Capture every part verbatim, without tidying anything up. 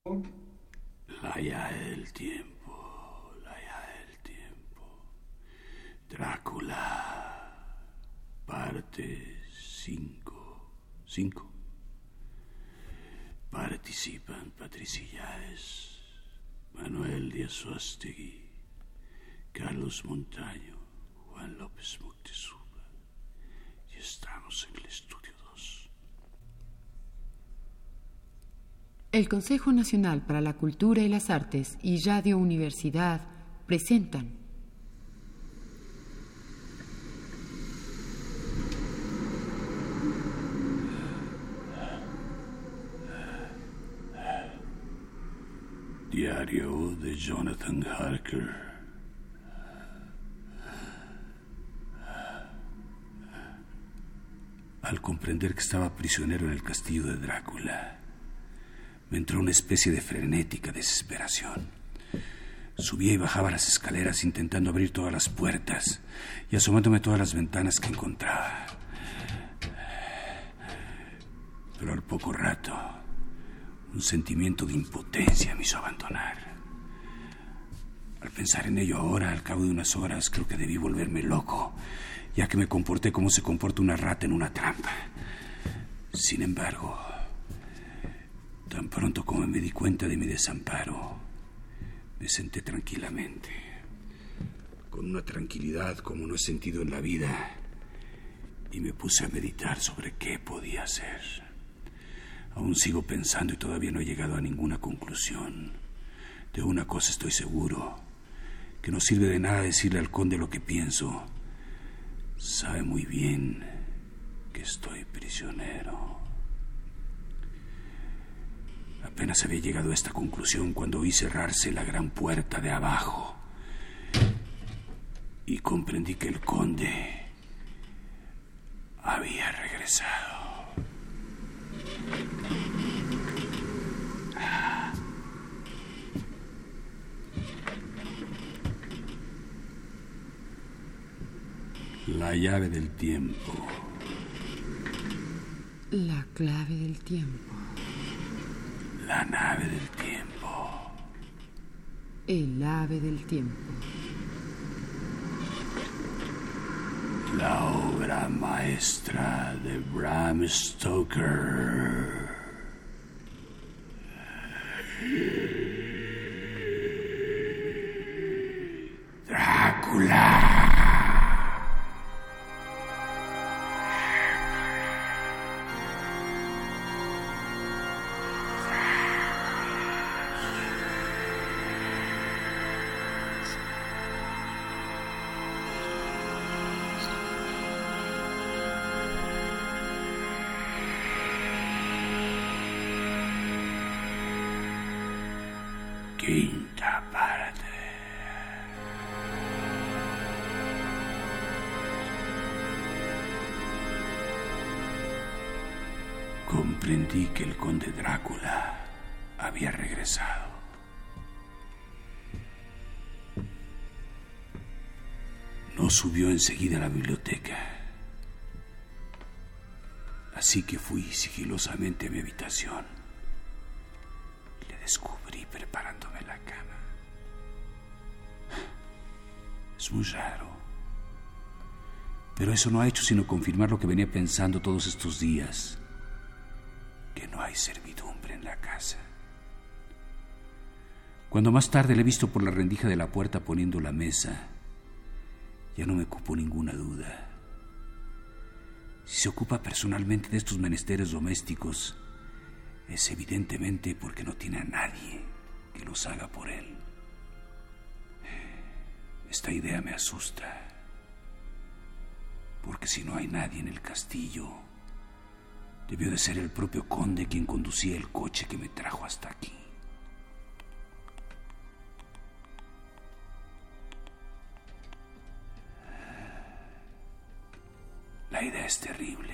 La llave del tiempo, la llave del tiempo. Drácula, parte cinco. cinco. Participan Patricia Yáez, Manuel Díaz Suástegui, Carlos Montaño, Juan López Moctezuma. Y estamos en el estudio dos. El Consejo Nacional para la Cultura y las Artes y Radio Universidad presentan Diario de Jonathan Harker. Al comprender que estaba prisionero en el castillo de Drácula, me entró una especie de frenética desesperación. Subía y bajaba las escaleras intentando abrir todas las puertas y asomándome a todas las ventanas que encontraba. Pero al poco rato, un sentimiento de impotencia me hizo abandonar. Al pensar en ello ahora, al cabo de unas horas, creo que debí volverme loco, ya que me comporté como se comporta una rata en una trampa. Sin embargo, tan pronto como me di cuenta de mi desamparo, me senté tranquilamente, con una tranquilidad como no he sentido en la vida, y me puse a meditar sobre qué podía hacer. Aún sigo pensando y todavía no he llegado a ninguna conclusión. De una cosa estoy seguro, que no sirve de nada decirle al conde lo que pienso. Sabe muy bien que estoy prisionero. Apenas había llegado a esta conclusión cuando oí cerrarse la gran puerta de abajo y comprendí que el conde había regresado. La llave del tiempo. la clave del tiempo, La nave del tiempo. el ave del tiempo, La obra maestra de Bram Stoker. Drácula. Quinta parte. Comprendí que el conde Drácula había regresado. No subió enseguida a la biblioteca, así que fui sigilosamente a mi habitación. Le descubrí preparándome la cama. Es muy raro, pero eso no ha hecho sino confirmar lo que venía pensando todos estos días, que no hay servidumbre en la casa. Cuando más tarde le he visto por la rendija de la puerta poniendo la mesa, ya no me cupo ninguna duda. Si se ocupa personalmente de estos menesteres domésticos, es evidentemente porque no tiene a nadie que los haga por él. Esta idea me asusta, porque si no hay nadie en el castillo, debió de ser el propio conde quien conducía el coche que me trajo hasta aquí. La idea es terrible,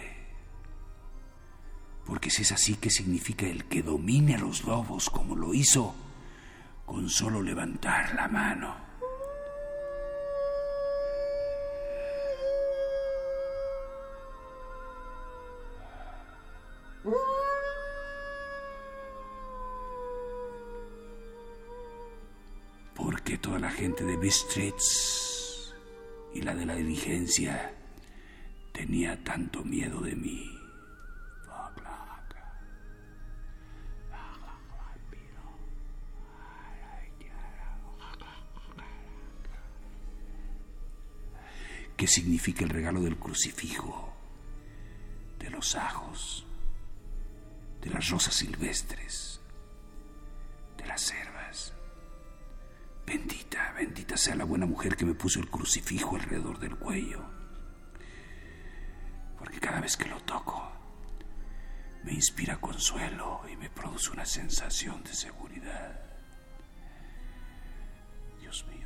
porque si es así, ¿qué significa el que domine a los lobos como lo hizo con solo levantar la mano? qué toda la gente de Bistritz y la de la diligencia tenía tanto miedo de mí. ¿Qué significa el regalo del crucifijo, de los ajos, de las rosas silvestres, de las cervas? Bendita, bendita sea la buena mujer que me puso el crucifijo alrededor del cuello, porque cada vez que lo toco me inspira consuelo y me produce una sensación de seguridad. Dios mío,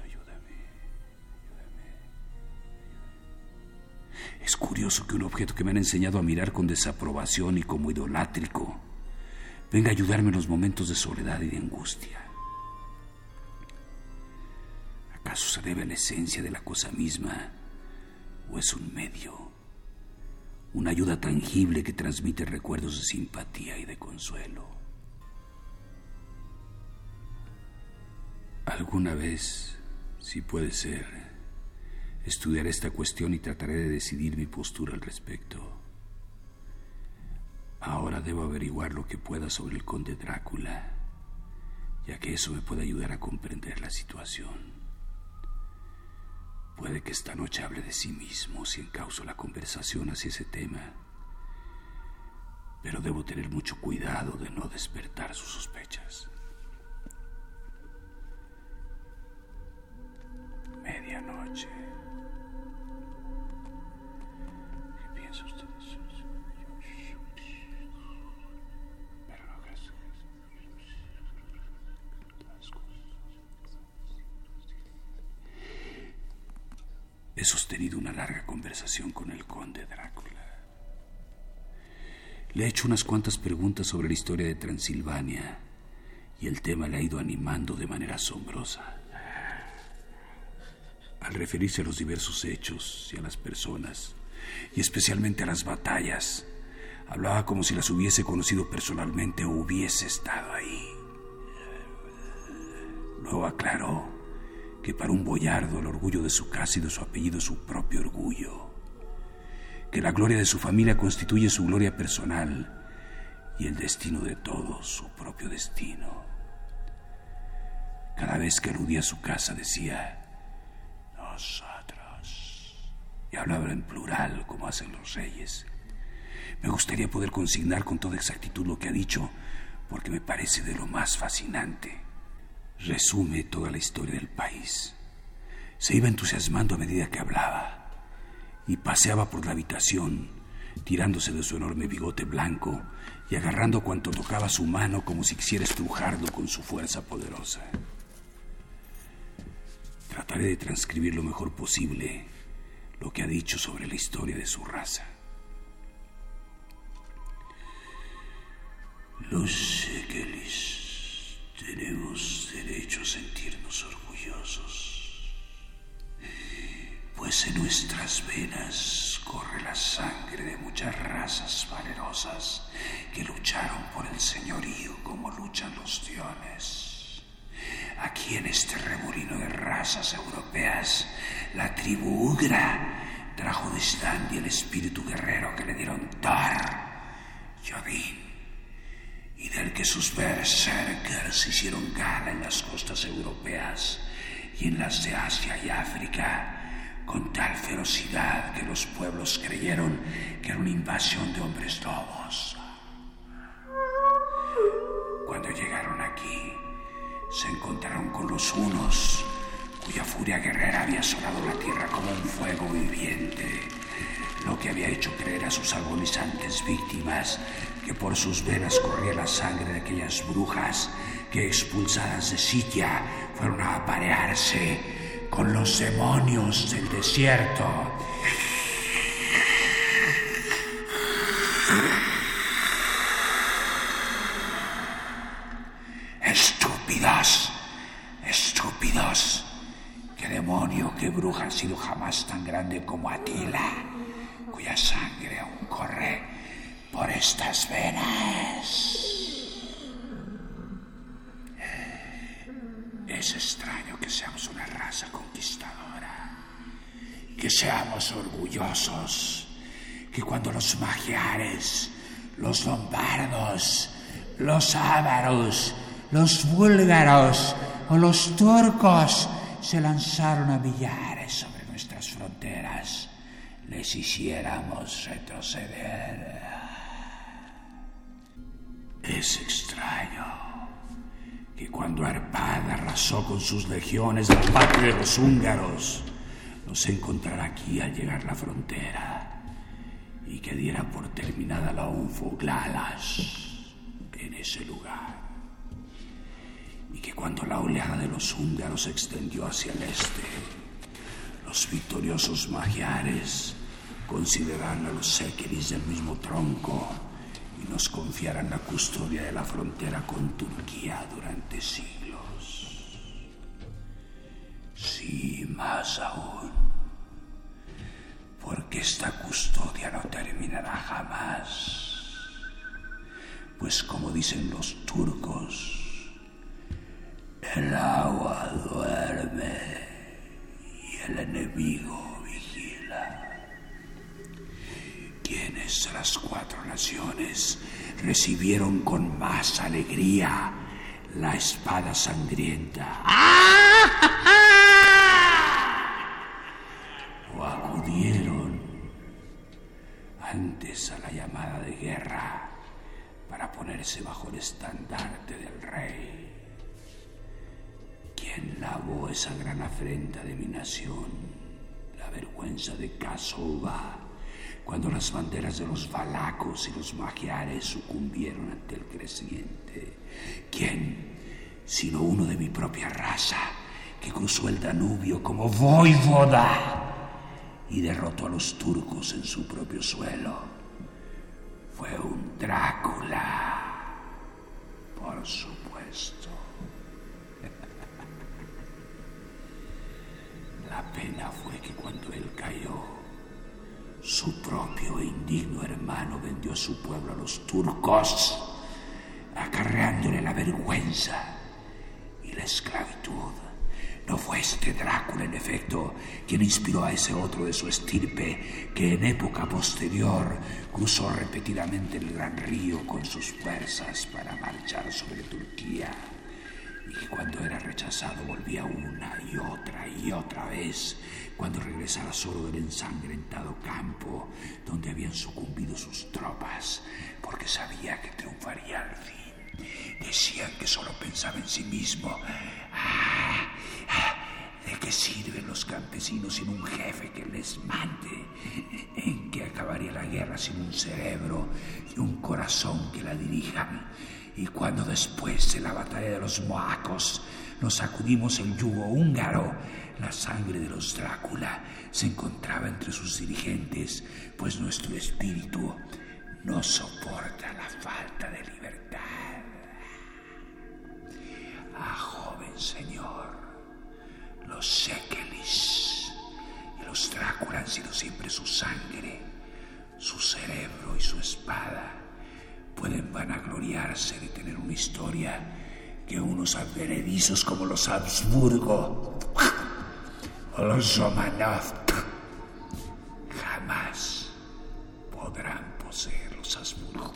es curioso que un objeto que me han enseñado a mirar con desaprobación y como idolátrico venga a ayudarme en los momentos de soledad y de angustia. ¿Acaso se debe a la esencia de la cosa misma o es un medio, una ayuda tangible que transmite recuerdos de simpatía y de consuelo? Alguna vez, si puede ser, estudiaré esta cuestión y trataré de decidir mi postura al respecto. Ahora debo averiguar lo que pueda sobre el conde Drácula, ya que eso me puede ayudar a comprender la situación. Puede que esta noche hable de sí mismo si encauzo la conversación hacia ese tema, pero debo tener mucho cuidado de no despertar sus sospechas. Medianoche. He sostenido una larga conversación con el conde Drácula. Le he hecho unas cuantas preguntas sobre la historia de Transilvania y el tema le ha ido animando de manera asombrosa. Al referirse a los diversos hechos y a las personas, y especialmente a las batallas, hablaba como si las hubiese conocido personalmente o hubiese estado ahí. Luego aclaró que para un boyardo el orgullo de su casa y de su apellido es su propio orgullo, que la gloria de su familia constituye su gloria personal y el destino de todos su propio destino. Cada vez que aludía a su casa decía nosotros y hablaba en plural como hacen los reyes. Me gustaría poder consignar con toda exactitud lo que ha dicho, porque me parece de lo más fascinante. Resume toda la historia del país. Se iba entusiasmando a medida que hablaba y paseaba por la habitación, tirándose de su enorme bigote blanco y agarrando cuanto tocaba su mano como si quisiera estrujarlo con su fuerza poderosa. Trataré de transcribir lo mejor posible lo que ha dicho sobre la historia de su raza. Los Shekelis tenemos derecho a sentirnos orgullosos, pues en nuestras venas corre la sangre de muchas razas valerosas que lucharon por el señorío como luchan los diones. Aquí en este remolino de razas europeas, la tribu Ugra trajo de Islandia el espíritu guerrero que le dieron Thor y Odín, y del que sus berserkers hicieron gala en las costas europeas y en las de Asia y África, con tal ferocidad que los pueblos creyeron que era una invasión de hombres lobos. Cuando llegaron aquí, se encontraron con los hunos, cuya furia guerrera había asolado la tierra como un fuego viviente, lo que había hecho creer a sus agonizantes víctimas que por sus venas corría la sangre de aquellas brujas que, expulsadas de Scythia, fueron a aparearse con los demonios del desierto. ¡Estúpidos! ¡Estúpidos! ¿Qué demonio, qué bruja ha sido jamás tan grande como Atila, cuya sangre aún corre por estas venas? Es extraño que seamos raza conquistadora. Que seamos orgullosos, que cuando los magiares, los lombardos, los ávaros, los búlgaros o los turcos se lanzaron a millares sobre nuestras fronteras, les hiciéramos retroceder. Es extraño que cuando Arpad arrasó con sus legiones la patria de los húngaros, nos encontrara aquí al llegar la frontera y que diera por terminada la Unfoglalas en ese lugar. Y que cuando la oleada de los húngaros se extendió hacia el este, los victoriosos magiares consideraran a los séquilis del mismo tronco y nos confiaran la custodia de la frontera con Turquía durante siglos. Sí, más aún, porque esta custodia no terminará jamás. Pues como dicen los turcos, el agua duerme y el enemigo vigila. ¿Quiénes de las cuatro naciones recibieron con más alegría la espada sangrienta? ¿O acudieron antes a la llamada de guerra para ponerse bajo el estandarte del rey? ¿Quién lavó esa gran afrenta de mi nación, la vergüenza de Kasova, cuando las banderas de los valacos y los magiares sucumbieron ante el creciente? ¿Quién, sino uno de mi propia raza, que cruzó el Danubio como voivoda y derrotó a los turcos en su propio suelo? Fue un Drácula, por supuesto. La pena fue que cuando él cayó, su propio e indigno hermano vendió a su pueblo a los turcos, acarreándole la vergüenza y la esclavitud. ¿No fue este Drácula, en efecto, quien inspiró a ese otro de su estirpe que en época posterior cruzó repetidamente el gran río con sus fuerzas para marchar sobre Turquía? Y que cuando era rechazado volvía una y otra y otra vez, cuando regresara solo del ensangrentado campo donde habían sucumbido sus tropas, porque sabía que triunfaría al fin. Decían que solo pensaba en sí mismo. Ah, ah, ¿de qué sirven los campesinos sin un jefe que les mande? ¿En qué acabaría la guerra sin un cerebro y un corazón que la dirijan? Y cuando después de la batalla de los Moacos nos sacudimos el yugo húngaro, la sangre de los Drácula se encontraba entre sus dirigentes, pues nuestro espíritu no soporta la falta de libertad. Ah, joven señor, los séquilis y los Drácula han sido siempre su sangre, su cerebro y su espada. Pueden vanagloriarse de tener una historia que unos advenedizos como los Habsburgo o los Romanov jamás podrán poseer. Los Habsburgo,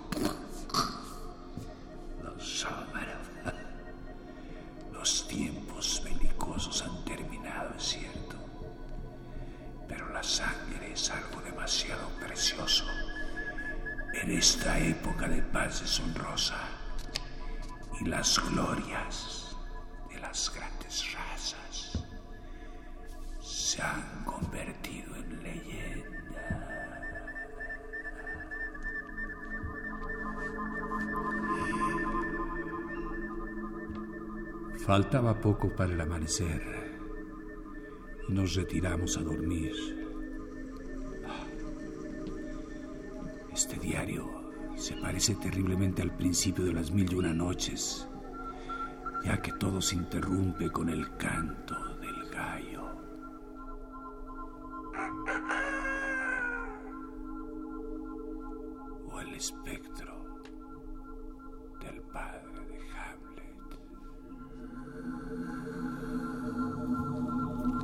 los Romanov. Los tiempos belicosos han terminado, es cierto, pero la sangre es algo demasiado precioso en esta época de paz deshonrosa, y las glorias de las grandes razas se han convertido en leyenda. Faltaba poco para el amanecer y nos retiramos a dormir. Este diario se parece terriblemente al principio de las mil y una noches, ya que todo se interrumpe con el canto del gallo. O el espectro del padre de Hamlet.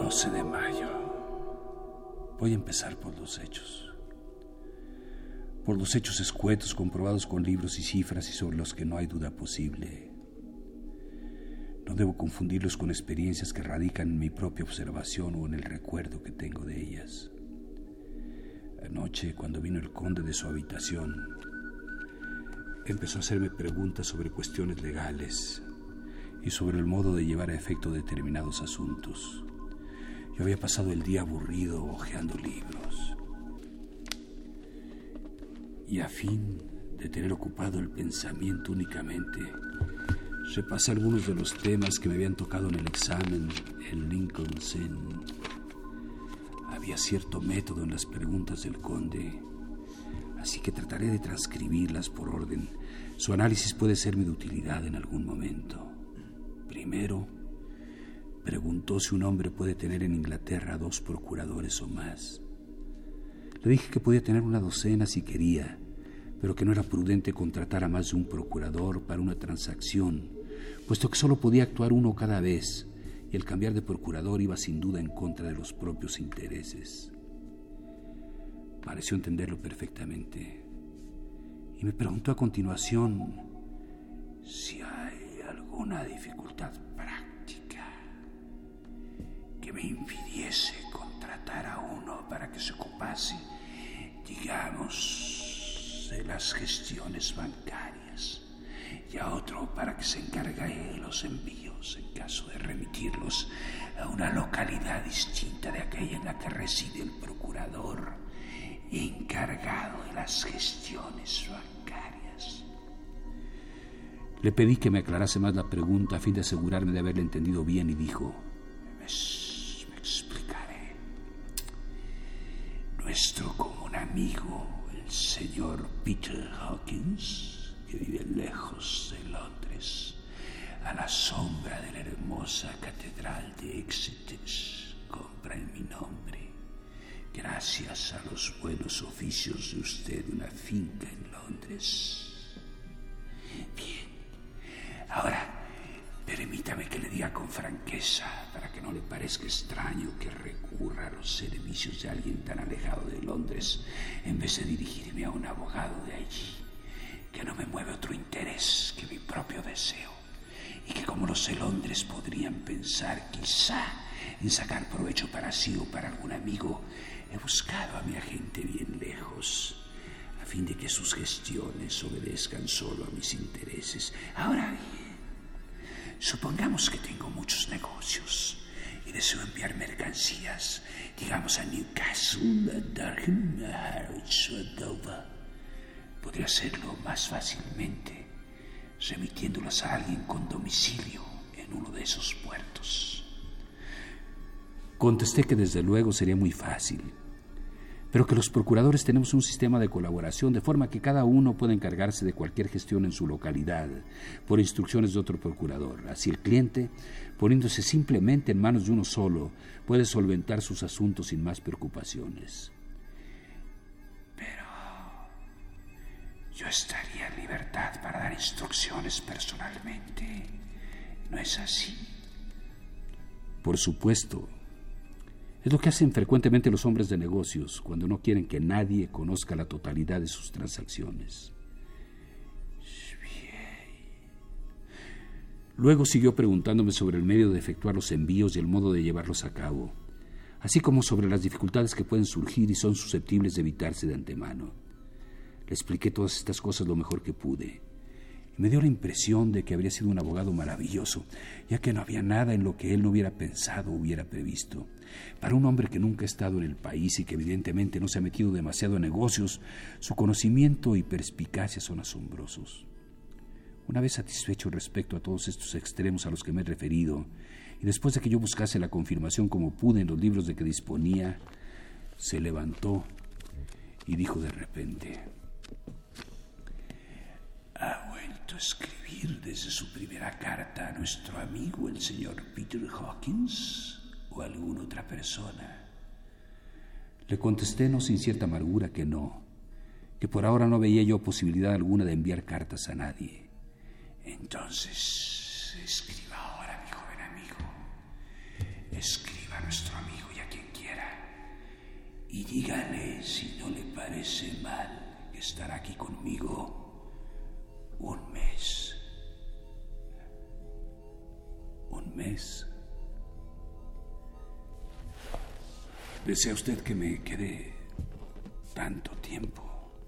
doce de mayo. Voy a empezar por los hechos. Por los hechos escuetos comprobados con libros y cifras y sobre los que no hay duda posible. No debo confundirlos con experiencias que radican en mi propia observación o en el recuerdo que tengo de ellas. Anoche, cuando vino el conde de su habitación, empezó a hacerme preguntas sobre cuestiones legales y sobre el modo de llevar a efecto determinados asuntos. Yo había pasado el día aburrido hojeando libros. Y a fin de tener ocupado el pensamiento únicamente, repasé algunos de los temas que me habían tocado en el examen en Lincoln's Inn. Había cierto método en las preguntas del conde, así que trataré de transcribirlas por orden. Su análisis puede serme de utilidad en algún momento. Primero, preguntó si un hombre puede tener en Inglaterra dos procuradores o más. Le dije que podía tener una docena si quería, pero que no era prudente contratar a más de un procurador para una transacción, puesto que solo podía actuar uno cada vez, y el cambiar de procurador iba sin duda en contra de los propios intereses. Pareció entenderlo perfectamente, y me preguntó a continuación si hay alguna dificultad práctica que me impidiese contratar a uno para que se ocupase, digamos, de las gestiones bancarias, y a otro para que se encargue de los envíos en caso de remitirlos a una localidad distinta de aquella en la que reside el procurador encargado de las gestiones bancarias. Le pedí que me aclarase más la pregunta a fin de asegurarme de haberle entendido bien y dijo: me, me explicaré. Nuestro común amigo, el señor Peter Hawkins, que vive lejos de Londres, a la sombra de la hermosa catedral de Exeter, compra en mi nombre, gracias a los buenos oficios de usted, una finca en Londres. Bien, ahora permítame que le diga con franqueza, para que no le parezca extraño que recurra a los servicios de alguien tan alejado de Londres en vez de dirigirme a un abogado de allí, que no me mueve otro interés que mi propio deseo, y que, como los de Londres podrían pensar quizá en sacar provecho para sí o para algún amigo, he buscado a mi agente bien lejos, a fin de que sus gestiones obedezcan solo a mis intereses. Ahora bien, supongamos que tengo muchos negocios y deseo enviar mercancías, digamos a Newcastle, a Durham, a Harwich o a Dover. Podría hacerlo más fácilmente remitiéndolas a alguien con domicilio en uno de esos puertos. Contesté que desde luego sería muy fácil, pero que los procuradores tenemos un sistema de colaboración de forma que cada uno puede encargarse de cualquier gestión en su localidad por instrucciones de otro procurador. Así el cliente, poniéndose simplemente en manos de uno solo, puede solventar sus asuntos sin más preocupaciones. Pero yo estaría en libertad para dar instrucciones personalmente, ¿no es así? Por supuesto. Es lo que hacen frecuentemente los hombres de negocios cuando no quieren que nadie conozca la totalidad de sus transacciones. Bien. Luego siguió preguntándome sobre el medio de efectuar los envíos y el modo de llevarlos a cabo, así como sobre las dificultades que pueden surgir y son susceptibles de evitarse de antemano. Le expliqué todas estas cosas lo mejor que pude. Me dio la impresión de que habría sido un abogado maravilloso, ya que no había nada en lo que él no hubiera pensado o hubiera previsto. Para un hombre que nunca ha estado en el país y que evidentemente no se ha metido demasiado en negocios, su conocimiento y perspicacia son asombrosos. Una vez satisfecho respecto a todos estos extremos a los que me he referido, y después de que yo buscase la confirmación como pude en los libros de que disponía, se levantó y dijo de repente: ¿ha vuelto a escribir desde su primera carta a nuestro amigo el señor Peter Hawkins o a alguna otra persona? Le contesté, no sin cierta amargura, que no, que por ahora no veía yo posibilidad alguna de enviar cartas a nadie. Entonces, escriba ahora, mi joven amigo. Escriba a nuestro amigo dígale, si no le parece mal, que estará aquí conmigo un mes. ¿Un mes? ¿Desea usted que me quede tanto tiempo?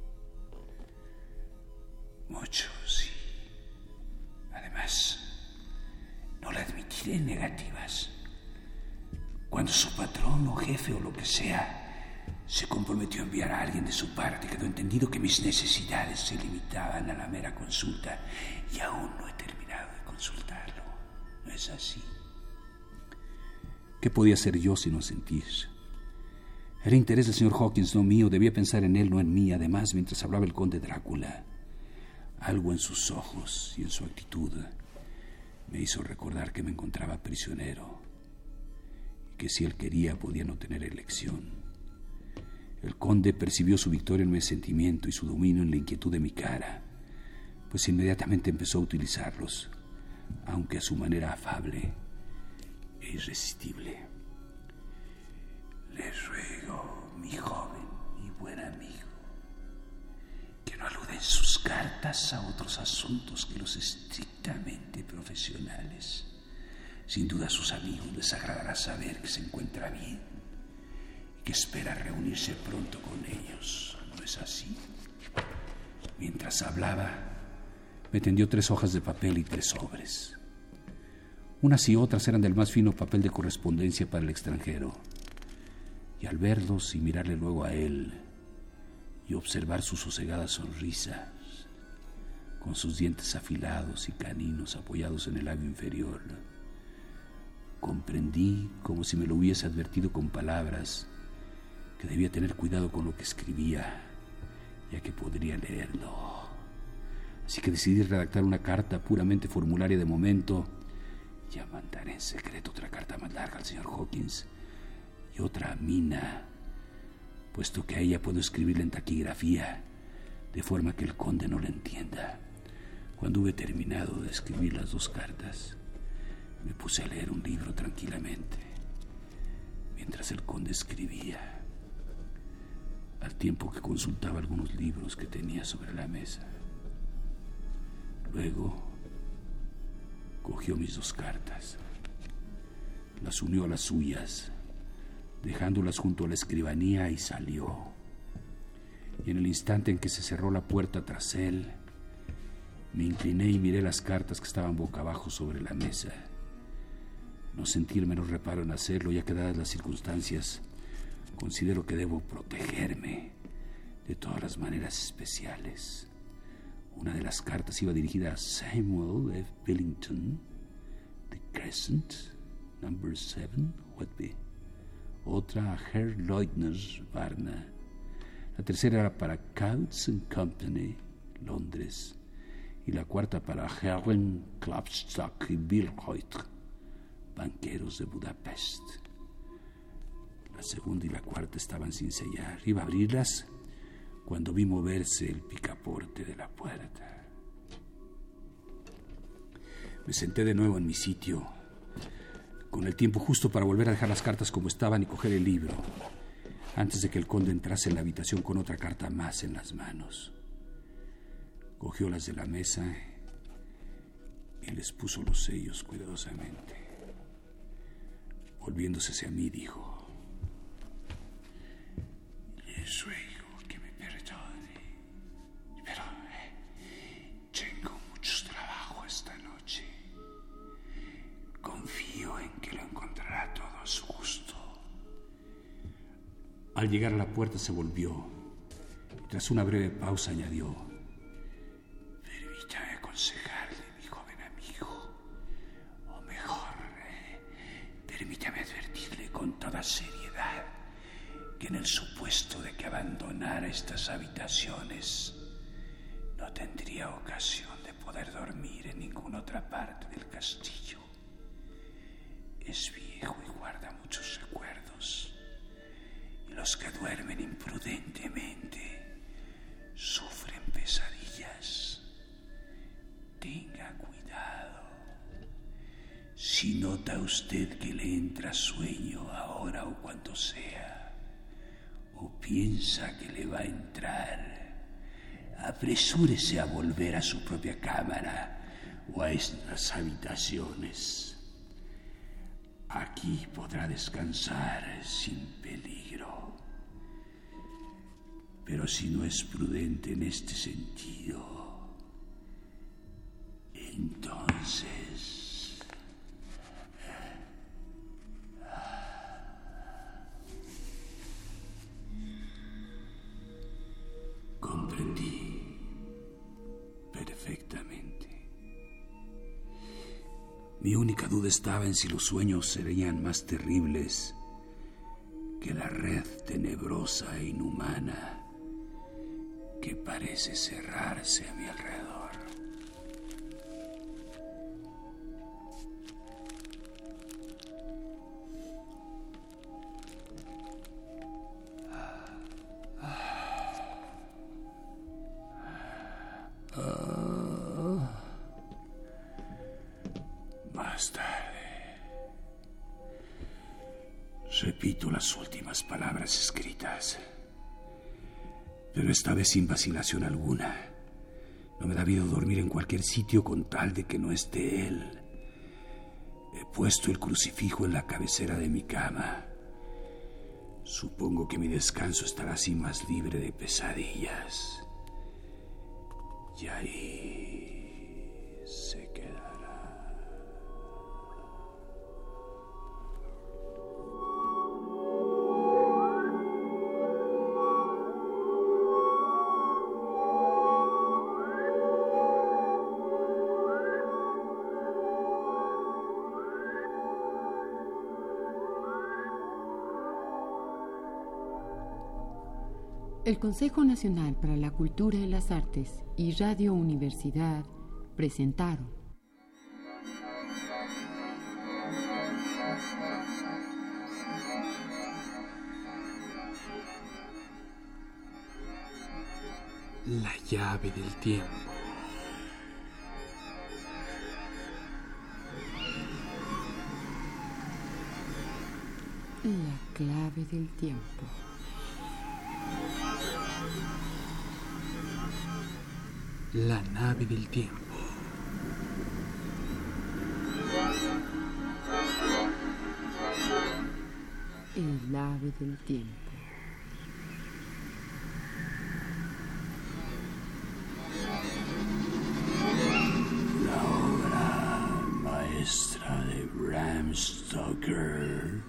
Mucho, sí. Además, no le admitiré negativas. Cuando su patrón o jefe o lo que sea se comprometió a enviar a alguien de su parte, quedó entendido que mis necesidades se limitaban a la mera consulta y aún no he terminado de consultarlo. ¿No es así? ¿Qué podía hacer yo sino sentir? Era interés del señor Hawkins, no mío. Debía pensar en él, no en mí. Además, mientras hablaba el conde Drácula, algo en sus ojos y en su actitud me hizo recordar que me encontraba prisionero y que si él quería podía no tener elección. El conde percibió su victoria en mi sentimiento y su dominio en la inquietud de mi cara, pues inmediatamente empezó a utilizarlos, aunque a su manera afable e irresistible. Le ruego, mi joven y buen amigo, que no alude en sus cartas a otros asuntos que los estrictamente profesionales. Sin duda a sus amigos les agradará saber que se encuentra bien y que espera reunirse pronto con ellos. ¿No es así? Mientras hablaba, me tendió tres hojas de papel y tres sobres. Unas y otras eran del más fino papel de correspondencia para el extranjero. Y al verlos y mirarle luego a él y observar su sosegada sonrisa, con sus dientes afilados y caninos apoyados en el labio inferior, comprendí, como si me lo hubiese advertido con palabras, que debía tener cuidado con lo que escribía, ya que podría leerlo. Así que decidí redactar una carta puramente formularia de momento. Ya mandaré en secreto otra carta más larga al señor Hawkins y otra a Mina, puesto que a ella puedo escribirla en taquigrafía, de forma que el conde no la entienda. Cuando hube terminado de escribir las dos cartas, me puse a leer un libro tranquilamente, mientras el conde escribía, al tiempo que consultaba algunos libros que tenía sobre la mesa. Luego cogió mis dos cartas, las unió a las suyas, dejándolas junto a la escribanía, y salió. Y en el instante en que se cerró la puerta tras él, me incliné y miré las cartas que estaban boca abajo sobre la mesa. No sentí el menor reparo en hacerlo, ya que dadas las circunstancias, considero que debo protegerme de todas las maneras especiales. Una de las cartas iba dirigida a Samuel F. Billington, The Crescent, number seven, Whitby. Otra a Herr Leutner, Varna. La tercera era para Coutts and Company, Londres. Y la cuarta para Herren, Klapstock y Bilhoit, banqueros de Budapest. La segunda y la cuarta estaban sin sellar. Iba a abrirlas cuando vi moverse el picaporte de la puerta. Me senté de nuevo en mi sitio, con el tiempo justo para volver a dejar las cartas como estaban y coger el libro, antes de que el conde entrase en la habitación con otra carta más en las manos. Cogió las de la mesa y les puso los sellos cuidadosamente. Volviéndose hacia mí, dijo: les ruego que me perdone, pero eh, tengo mucho trabajo esta noche. Confío en que lo encontrará todo a su gusto. Al llegar a la puerta se volvió y tras una breve pausa añadió: permítame aconsejarle, mi joven amigo, o mejor, eh, permítame advertirle con toda seriedad que en el supuesto de que abandonara estas habitaciones no tendría ocasión de poder dormir en ninguna otra parte del castillo. Es viejo y guarda muchos recuerdos, y los que duermen imprudentemente sufren pesadillas. Tenga cuidado. Si nota usted que le entra sueño ahora o cuando sea, ¿O piensa que le va a entrar? Apresúrese a volver a su propia cámara o a estas habitaciones. Aquí podrá descansar sin peligro. Pero si no es prudente en este sentido, entonces... Comprendí perfectamente. Mi única duda estaba en si los sueños serían más terribles que la red tenebrosa e inhumana que parece cerrarse a mi alrededor. Más tarde, repito las últimas palabras escritas, pero esta vez sin vacilación alguna. No me da miedo dormir en cualquier sitio con tal de que no esté él. He puesto el crucifijo en la cabecera de mi cama. Supongo que mi descanso estará así más libre de pesadillas. Y ahí se quedará. El Consejo Nacional para la Cultura y las Artes y Radio Universidad presentaron La llave del tiempo. La clave del tiempo. La nave del tiempo. El ave del tiempo. La obra maestra de Bram Stoker.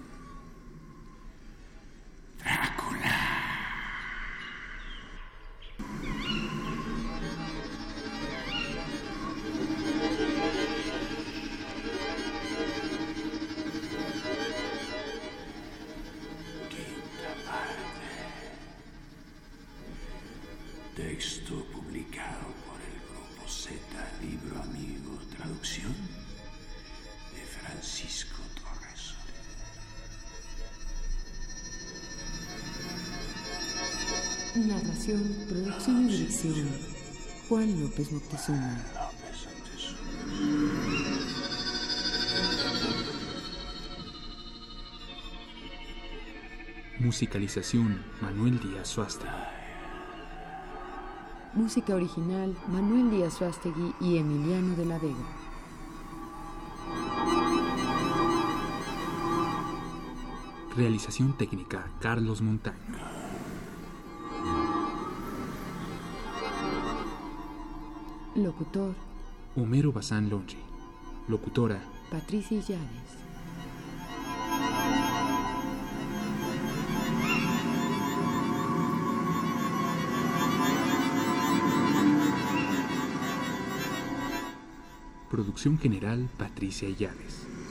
Texto publicado por el Grupo Z, Libro Amigo, traducción de Francisco Torres. Narración, producción y dirección, Juan López Moctezuma. López Moctezuma. Musicalización, Manuel Díaz Suástegui. Música original, Manuel Díaz Suástegui y Emiliano de la Vega. Realización técnica, Carlos Montaño. Locutor, Homero Bazán Longi. Locutora, Patricia Llaves. Producción general, Patricia Llaves.